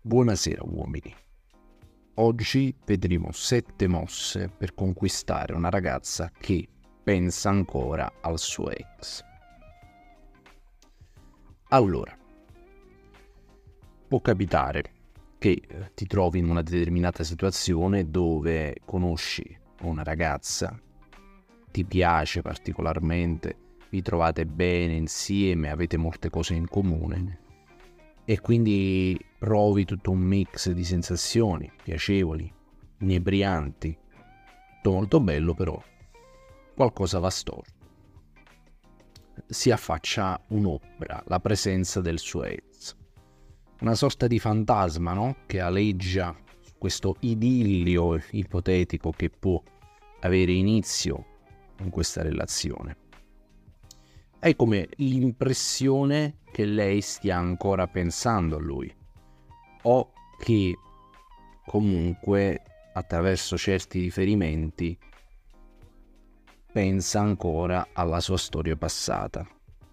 Buonasera uomini, oggi vedremo 7 mosse per conquistare una ragazza che pensa ancora al suo ex. Allora, può capitare che ti trovi in una determinata situazione dove conosci una ragazza, ti piace particolarmente, vi trovate bene insieme, avete molte cose in comune e quindi provi tutto un mix di sensazioni piacevoli, inebrianti, tutto molto bello, però qualcosa va storto. Si affaccia un'ombra, la presenza del suo ex, una sorta di fantasma, no? Che aleggia su questo idillio ipotetico che può avere inizio in questa relazione. Hai come l'impressione che lei stia ancora pensando a lui o che comunque attraverso certi riferimenti pensa ancora alla sua storia passata.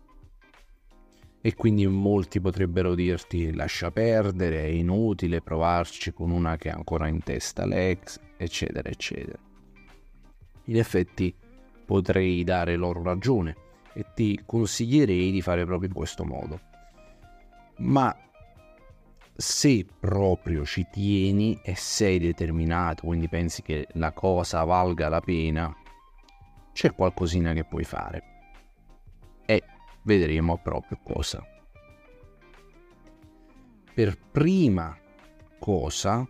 E quindi molti potrebbero dirti: lascia perdere, è inutile provarci con una che ha ancora in testa l'ex, eccetera eccetera. In effetti potrei dare loro ragione e ti consiglierei di fare proprio in questo modo. Ma se proprio ci tieni e sei determinato, quindi pensi che la cosa valga la pena, c'è qualcosina che puoi fare e vedremo proprio cosa. Per prima cosa,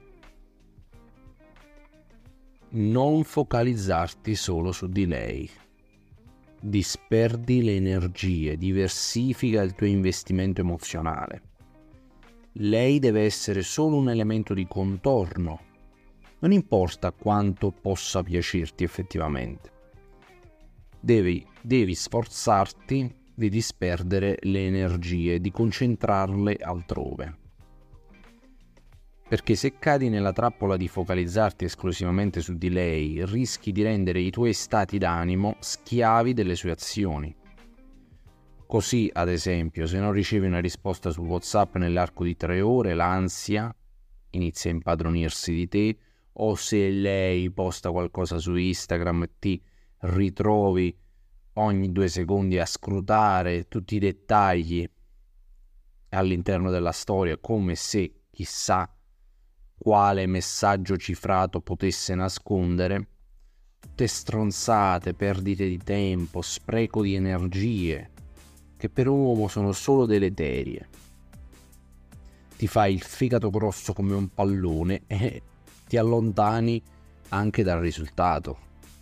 non focalizzarti solo su di lei. Disperdi le energie, diversifica il tuo investimento emozionale. Lei deve essere solo un elemento di contorno, non importa quanto possa piacerti effettivamente. Devi sforzarti di disperdere le energie, di concentrarle altrove. Perché se cadi nella trappola di focalizzarti esclusivamente su di lei, rischi di rendere i tuoi stati d'animo schiavi delle sue azioni. Così, ad esempio, se non ricevi una risposta su WhatsApp nell'arco di 3 ore, l'ansia inizia a impadronirsi di te, o se lei posta qualcosa su Instagram ti ritrovi ogni 2 secondi a scrutare tutti i dettagli all'interno della storia, come se chissà quale messaggio cifrato potesse nascondere. Tutte stronzate, perdite di tempo, spreco di energie, che per un uomo sono solo deleterie. Ti fai il fegato grosso come un pallone e ti allontani anche dal risultato.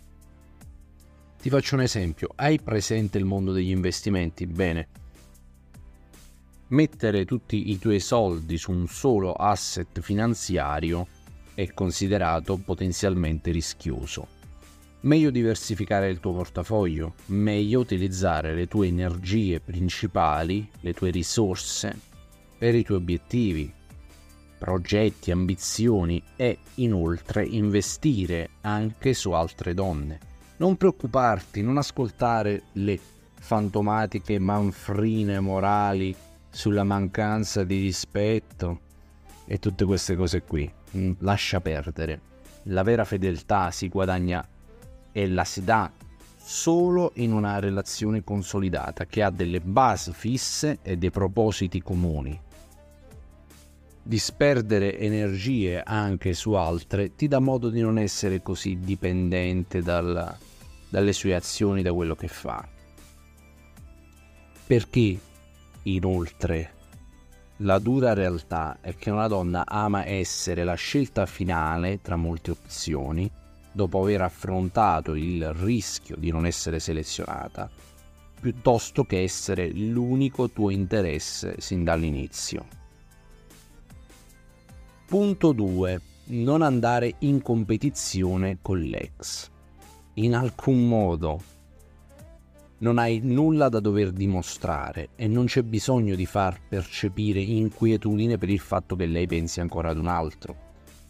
Ti faccio un esempio: hai presente il mondo degli investimenti? Bene, mettere tutti i tuoi soldi su un solo asset finanziario è considerato potenzialmente rischioso. Meglio diversificare il tuo portafoglio, meglio utilizzare le tue energie principali, le tue risorse, per i tuoi obiettivi, progetti, ambizioni e inoltre investire anche su altre donne. Non preoccuparti, non ascoltare le fantomatiche manfrine morali sulla mancanza di rispetto e tutte queste cose qui. Lascia perdere. La vera fedeltà si guadagna e la si dà solo in una relazione consolidata che ha delle basi fisse e dei propositi comuni. Disperdere energie anche su altre ti dà modo di non essere così dipendente dalle sue azioni, da quello che fa. Perché inoltre la dura realtà è che una donna ama essere la scelta finale tra molte opzioni, dopo aver affrontato il rischio di non essere selezionata, piuttosto che essere l'unico tuo interesse sin dall'inizio. Punto 2. Non andare in competizione con l'ex. In alcun modo. Non hai nulla da dover dimostrare e non c'è bisogno di far percepire inquietudine per il fatto che lei pensi ancora ad un altro.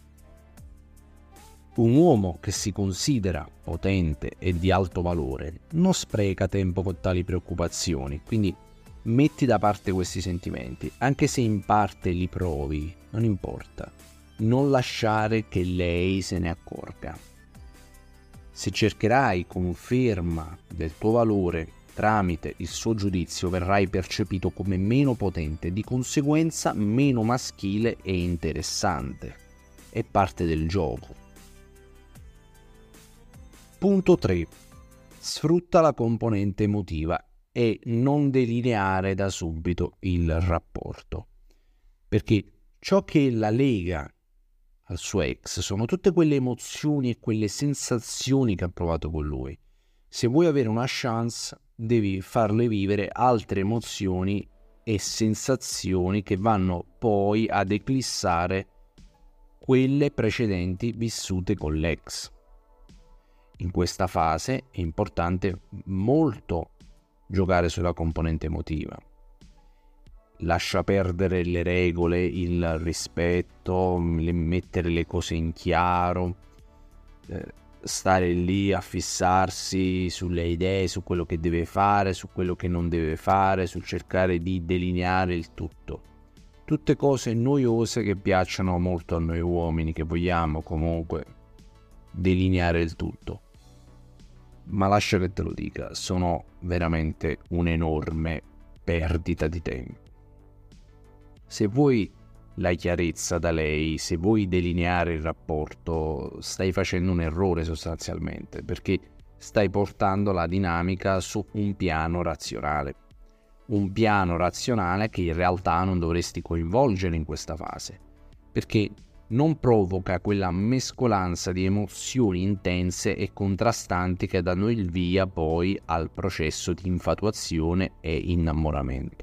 Un uomo che si considera potente e di alto valore non spreca tempo con tali preoccupazioni, quindi Metti da parte questi sentimenti, anche se in parte li provi, non importa. Non lasciare che lei se ne accorga. Se cercherai conferma del tuo valore tramite il suo giudizio, verrai percepito come meno potente, di conseguenza meno maschile e interessante. È parte del gioco. Punto 3. Sfrutta la componente emotiva e non delineare da subito il rapporto, perché ciò che la lega al suo ex sono tutte quelle emozioni e quelle sensazioni che ha provato con lui. Se vuoi avere una chance, devi farle vivere altre emozioni e sensazioni che vanno poi ad eclissare quelle precedenti vissute con l'ex. In questa fase è importante molto giocare sulla componente emotiva. Lascia perdere le regole, il rispetto, mettere le cose in chiaro, stare lì a fissarsi sulle idee, su quello che deve fare, su quello che non deve fare, sul cercare di delineare il tutto. Tutte cose noiose che piacciono molto a noi uomini, che vogliamo comunque delineare il tutto. Ma lascia che te lo dica, sono veramente un'enorme perdita di tempo. Se vuoi la chiarezza da lei, se vuoi delineare il rapporto, stai facendo un errore sostanzialmente, perché stai portando la dinamica su un piano razionale. Un piano razionale che in realtà non dovresti coinvolgere in questa fase, perché non provoca quella mescolanza di emozioni intense e contrastanti che danno il via poi al processo di infatuazione e innamoramento.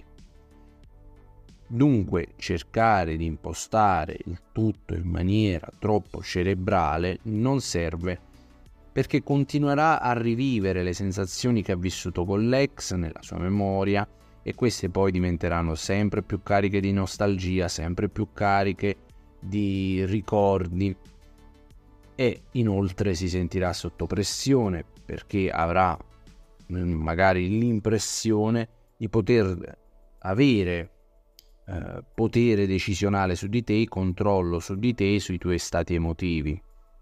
Dunque cercare di impostare il tutto in maniera troppo cerebrale non serve, perché continuerà a rivivere le sensazioni che ha vissuto con l'ex nella sua memoria, e queste poi diventeranno sempre più cariche di nostalgia, sempre più cariche di ricordi, e inoltre si sentirà sotto pressione perché avrà magari l'impressione di poter avere potere decisionale su di te, controllo su di te, sui tuoi stati emotivi,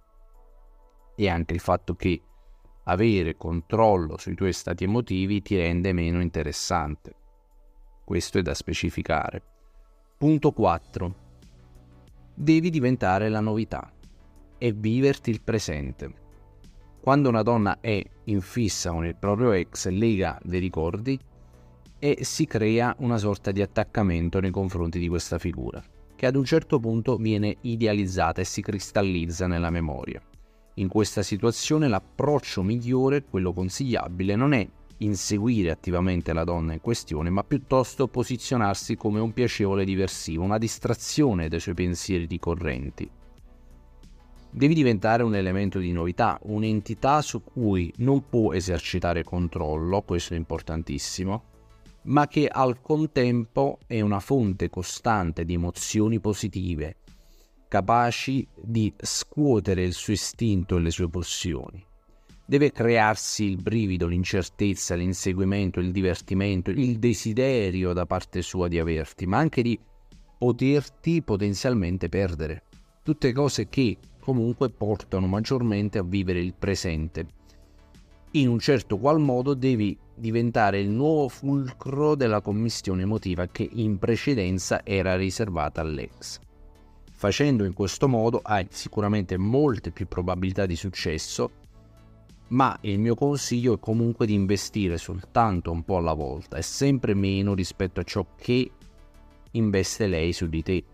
e anche il fatto che avere controllo sui tuoi stati emotivi ti rende meno interessante. Questo è da specificare. Punto 4. Devi diventare la novità e viverti il presente. Quando una donna è in fissa con il proprio ex, lega dei ricordi e si crea una sorta di attaccamento nei confronti di questa figura, che ad un certo punto viene idealizzata e si cristallizza nella memoria. In questa situazione l'approccio migliore, quello consigliabile, non è inseguire attivamente la donna in questione, ma piuttosto posizionarsi come un piacevole diversivo, una distrazione dai suoi pensieri ricorrenti. Devi diventare un elemento di novità, un'entità su cui non può esercitare controllo, questo è importantissimo, ma che al contempo è una fonte costante di emozioni positive, capaci di scuotere il suo istinto e le sue pulsioni. Deve crearsi il brivido, l'incertezza, l'inseguimento, il divertimento, il desiderio da parte sua di averti, ma anche di poterti potenzialmente perdere. Tutte cose che comunque portano maggiormente a vivere il presente. In un certo qual modo devi diventare il nuovo fulcro della commistione emotiva che in precedenza era riservata all'ex. Facendo in questo modo hai sicuramente molte più probabilità di successo, ma il mio consiglio è comunque di investire soltanto un po' alla volta e sempre meno rispetto a ciò che investe lei su di te.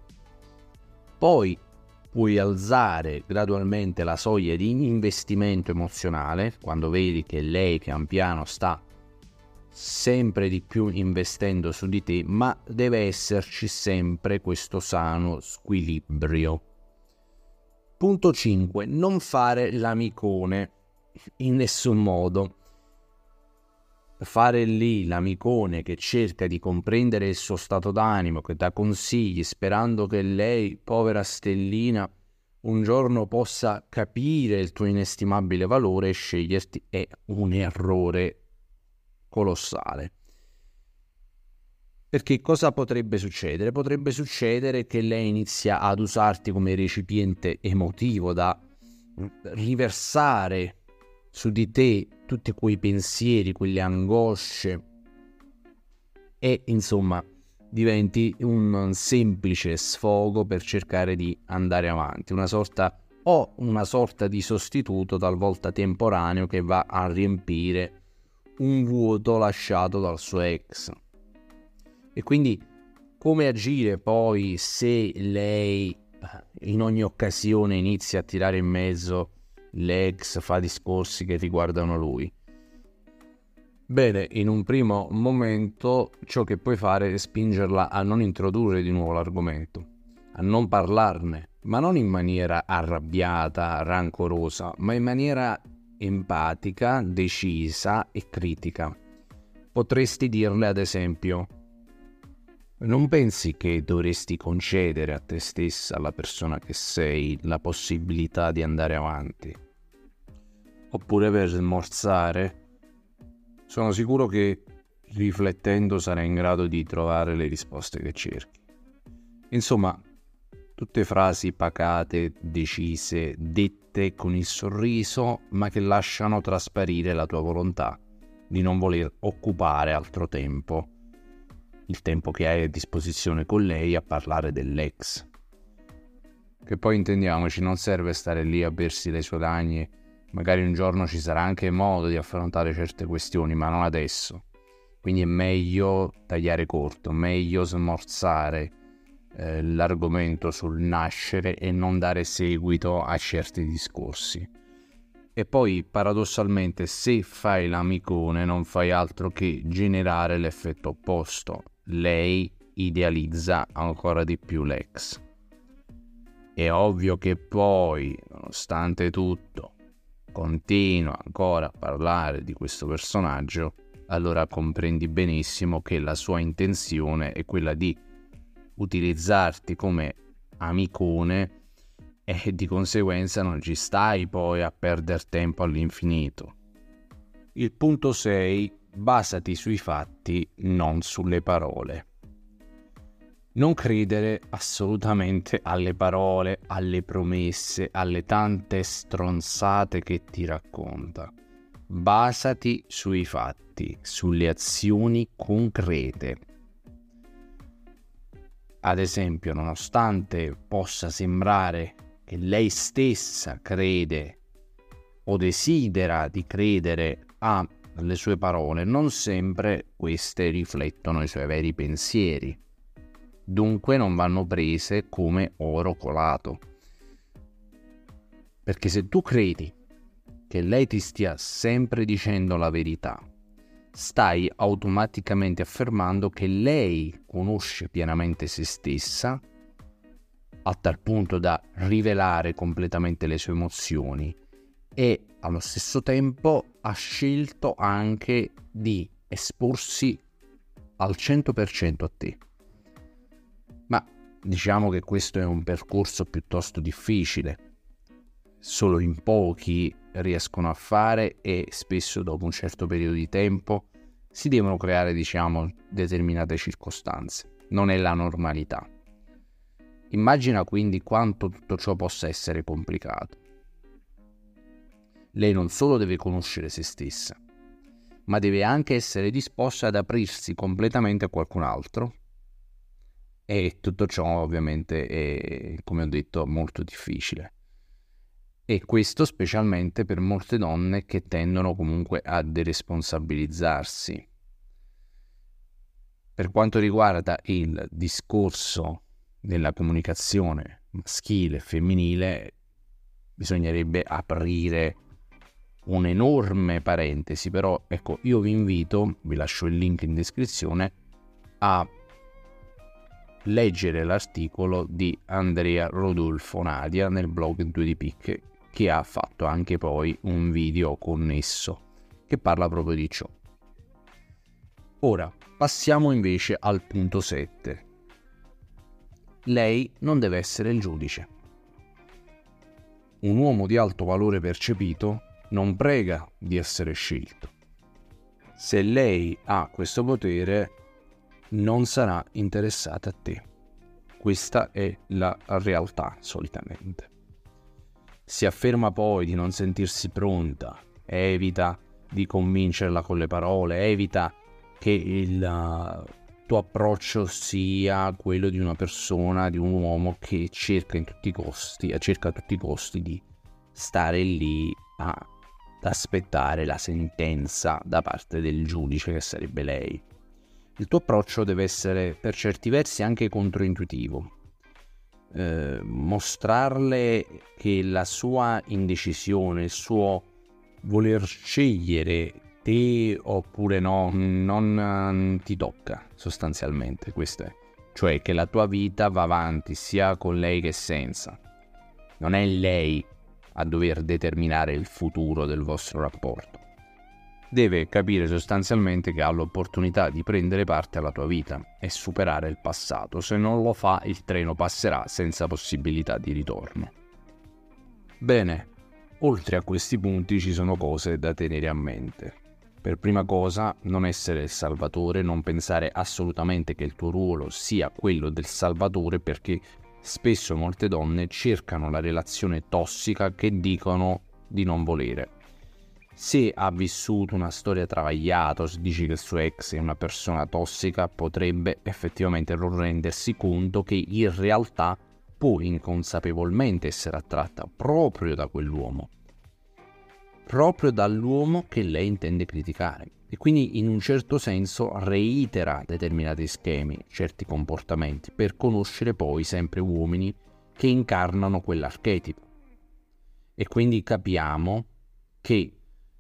Poi puoi alzare gradualmente la soglia di investimento emozionale quando vedi che lei pian piano sta sempre di più investendo su di te, ma deve esserci sempre questo sano squilibrio. Punto 5. Non fare l'amicone in nessun modo. Fare lì l'amicone che cerca di comprendere il suo stato d'animo, che dà consigli sperando che lei, povera stellina, un giorno possa capire il tuo inestimabile valore e sceglierti, è un errore colossale. Perché cosa potrebbe succedere? Potrebbe succedere che lei inizia ad usarti come recipiente emotivo da riversare su di te tutti quei pensieri, quelle angosce e insomma diventi un semplice sfogo per cercare di andare avanti, una sorta di sostituto talvolta temporaneo che va a riempire un vuoto lasciato dal suo ex. E quindi come agire poi se lei in ogni occasione inizia a tirare in mezzo l'ex, fa discorsi che riguardano lui? Bene, in un primo momento ciò che puoi fare è spingerla a non introdurre di nuovo l'argomento, a non parlarne, ma non in maniera arrabbiata, rancorosa, ma in maniera empatica, decisa e critica. Potresti dirle ad esempio: non pensi che dovresti concedere a te stessa, alla persona che sei, la possibilità di andare avanti? Oppure per smorzare, sono sicuro che riflettendo sarai in grado di trovare le risposte che cerchi. Insomma, tutte frasi pacate, decise, dette con il sorriso, ma che lasciano trasparire la tua volontà di non voler occupare altro tempo, il tempo che hai a disposizione con lei, a parlare dell'ex. Che poi intendiamoci, non serve stare lì a bersi le sue lagne, magari un giorno ci sarà anche modo di affrontare certe questioni, ma non adesso. Quindi è meglio tagliare corto, meglio smorzare l'argomento sul nascere e non dare seguito a certi discorsi. E poi paradossalmente, se fai l'amicone non fai altro che generare l'effetto opposto. Lei idealizza ancora di più l'ex. È ovvio che poi, nonostante tutto, continua ancora a parlare di questo personaggio, allora comprendi benissimo che la sua intenzione è quella di utilizzarti come amicone e di conseguenza non ci stai poi a perdere tempo all'infinito. Il punto 6: basati sui fatti, non sulle parole. Non credere assolutamente alle parole, alle promesse, alle tante stronzate che ti racconta. Basati sui fatti, sulle azioni concrete. Ad esempio, nonostante possa sembrare che lei stessa crede o desidera di credere alle sue parole, non sempre queste riflettono i suoi veri pensieri. Dunque non vanno prese come oro colato. Perché se tu credi che lei ti stia sempre dicendo la verità, stai automaticamente affermando che lei conosce pienamente se stessa, a tal punto da rivelare completamente le sue emozioni, e allo stesso tempo ha scelto anche di esporsi al 100% a te. Ma diciamo che questo è un percorso piuttosto difficile. Solo in pochi riescono a fare e spesso dopo un certo periodo di tempo si devono creare, determinate circostanze. Non è la normalità. Immagina quindi quanto tutto ciò possa essere complicato. Lei non solo deve conoscere se stessa, ma deve anche essere disposta ad aprirsi completamente a qualcun altro. E tutto ciò ovviamente è, come ho detto, molto difficile. E questo specialmente per molte donne che tendono comunque a deresponsabilizzarsi. Per quanto riguarda il discorso della comunicazione maschile e femminile, bisognerebbe aprire un'enorme parentesi, però ecco, io vi invito, vi lascio il link in descrizione, a leggere l'articolo di Andrea Rodolfo Nadia nel blog 2DP, che ha fatto anche poi un video connesso che parla proprio di ciò. Ora passiamo invece al punto 7. Lei non deve essere il giudice. Un uomo di alto valore percepito non prega di essere scelto. Se lei ha questo potere, non sarà interessata a te. Questa è la realtà solitamente. Si afferma poi di non sentirsi pronta, evita di convincerla con le parole, evita che il tuo approccio sia quello di una persona, di un uomo che cerca a tutti i costi di stare lì ad aspettare la sentenza da parte del giudice, che sarebbe lei. Il tuo approccio deve essere per certi versi anche controintuitivo. Mostrarle che la sua indecisione, il suo voler scegliere te oppure no, non ti tocca sostanzialmente. Questo è. Cioè che la tua vita va avanti sia con lei che senza. Non è lei a dover determinare il futuro del vostro rapporto. Deve capire sostanzialmente che ha l'opportunità di prendere parte alla tua vita e superare il passato. Se non lo fa, il treno passerà senza possibilità di ritorno. Bene, oltre a questi punti ci sono cose da tenere a mente. Per prima cosa, non essere il salvatore, non pensare assolutamente che il tuo ruolo sia quello del salvatore, perché spesso molte donne cercano la relazione tossica che dicono di non volere. Se ha vissuto una storia travagliata o si dice che il suo ex è una persona tossica, potrebbe effettivamente non rendersi conto che in realtà può inconsapevolmente essere attratta proprio da quell'uomo, proprio dall'uomo che lei intende criticare, e quindi in un certo senso reitera determinati schemi, certi comportamenti, per conoscere poi sempre uomini che incarnano quell'archetipo. E quindi capiamo che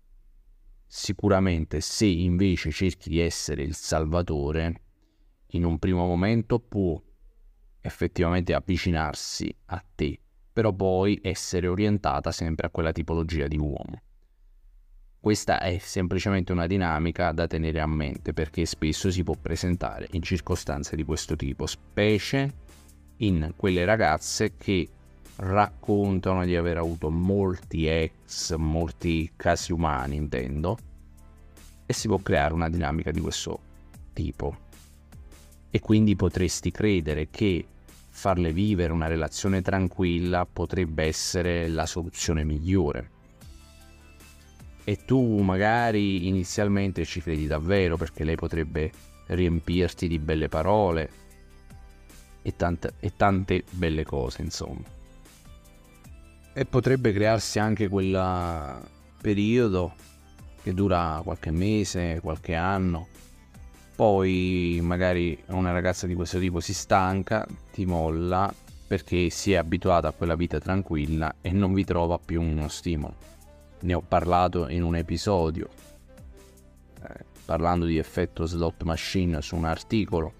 sicuramente se invece cerchi di essere il salvatore, in un primo momento può effettivamente avvicinarsi a te, però poi essere orientata sempre a quella tipologia di uomo. Questa è semplicemente una dinamica da tenere a mente, perché spesso si può presentare in circostanze di questo tipo, specie in quelle ragazze che raccontano di aver avuto molti ex, molti casi umani intendo, e si può creare una dinamica di questo tipo. E quindi potresti credere che farle vivere una relazione tranquilla potrebbe essere la soluzione migliore. E tu magari inizialmente ci credi davvero, perché lei potrebbe riempirti di belle parole e tante belle cose, insomma. E potrebbe crearsi anche quel periodo che dura qualche mese, qualche anno. Poi magari una ragazza di questo tipo si stanca, ti molla perché si è abituata a quella vita tranquilla e non vi trova più uno stimolo. Ne ho parlato in un episodio, parlando di effetto slot machine su un articolo,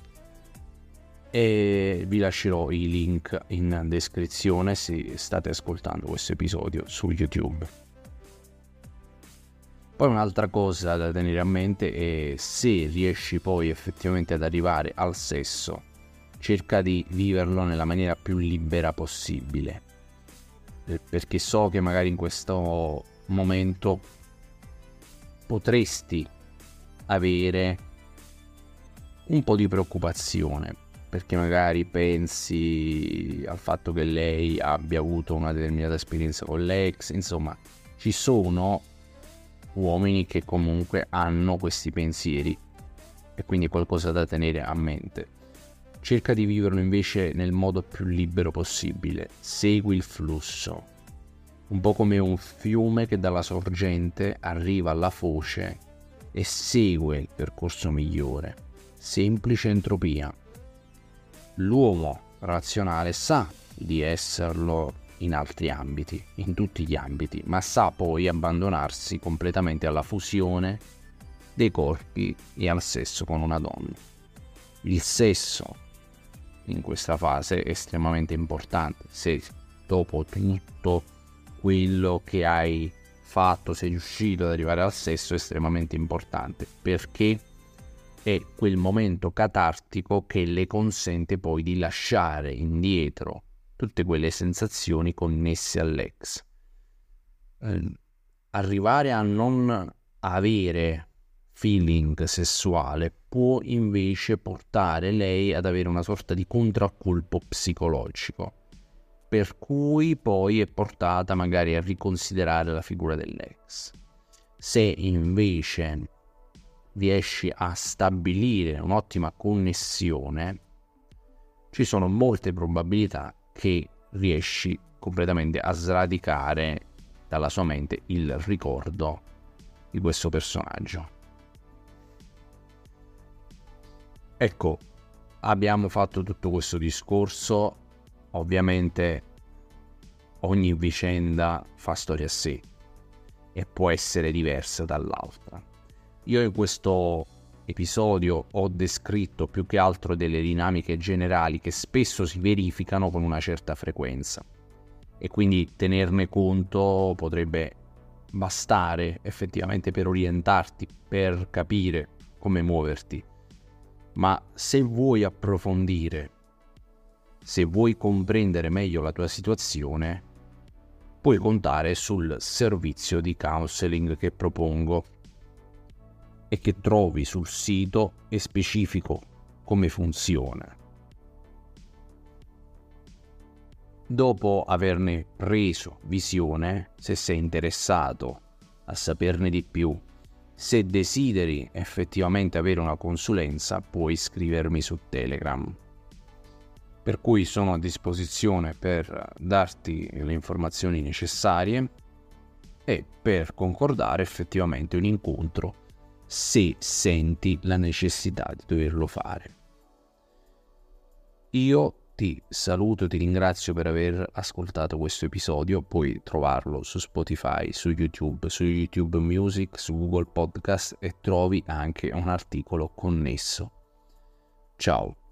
e vi lascerò i link in descrizione se state ascoltando questo episodio su YouTube. Poi un'altra cosa da tenere a mente è, se riesci poi effettivamente ad arrivare al sesso, cerca di viverlo nella maniera più libera possibile, perché so che magari in questo momento potresti avere un po' di preoccupazione, perché magari pensi al fatto che lei abbia avuto una determinata esperienza con l'ex. Insomma, ci sono uomini che comunque hanno questi pensieri e quindi è qualcosa da tenere a mente. Cerca di viverlo invece nel modo più libero possibile, segui il flusso, un po' come un fiume che dalla sorgente arriva alla foce e segue il percorso migliore, semplice entropia. L'uomo razionale sa di esserlo in altri ambiti, in tutti gli ambiti, ma sa poi abbandonarsi completamente alla fusione dei corpi e al sesso con una donna. Il sesso in questa fase è estremamente importante. Se dopo tutto quello che hai fatto sei riuscito ad arrivare al sesso, è estremamente importante, perché è quel momento catartico che le consente poi di lasciare indietro tutte quelle sensazioni connesse all'ex. Arrivare a non avere feeling sessuale può invece portare lei ad avere una sorta di contraccolpo psicologico, per cui poi è portata magari a riconsiderare la figura dell'ex. Se invece riesci a stabilire un'ottima connessione, ci sono molte probabilità che riesci completamente a sradicare dalla sua mente il ricordo di questo personaggio. Ecco, abbiamo fatto tutto questo discorso. Ovviamente ogni vicenda fa storia a sé e può essere diversa dall'altra. Io in questo episodio ho descritto più che altro delle dinamiche generali che spesso si verificano con una certa frequenza, e quindi tenerne conto potrebbe bastare effettivamente per orientarti, per capire come muoverti. Ma se vuoi approfondire, se vuoi comprendere meglio la tua situazione, puoi contare sul servizio di counseling che propongo e che trovi sul sito, e specifico come funziona. Dopo averne preso visione, se sei interessato a saperne di più, se desideri effettivamente avere una consulenza, puoi scrivermi su Telegram. Per cui sono a disposizione per darti le informazioni necessarie e per concordare effettivamente un incontro se senti la necessità di doverlo fare. Io ti saluto, ti ringrazio per aver ascoltato questo episodio. Puoi trovarlo su Spotify, su YouTube Music, su Google Podcast, e trovi anche un articolo connesso. Ciao.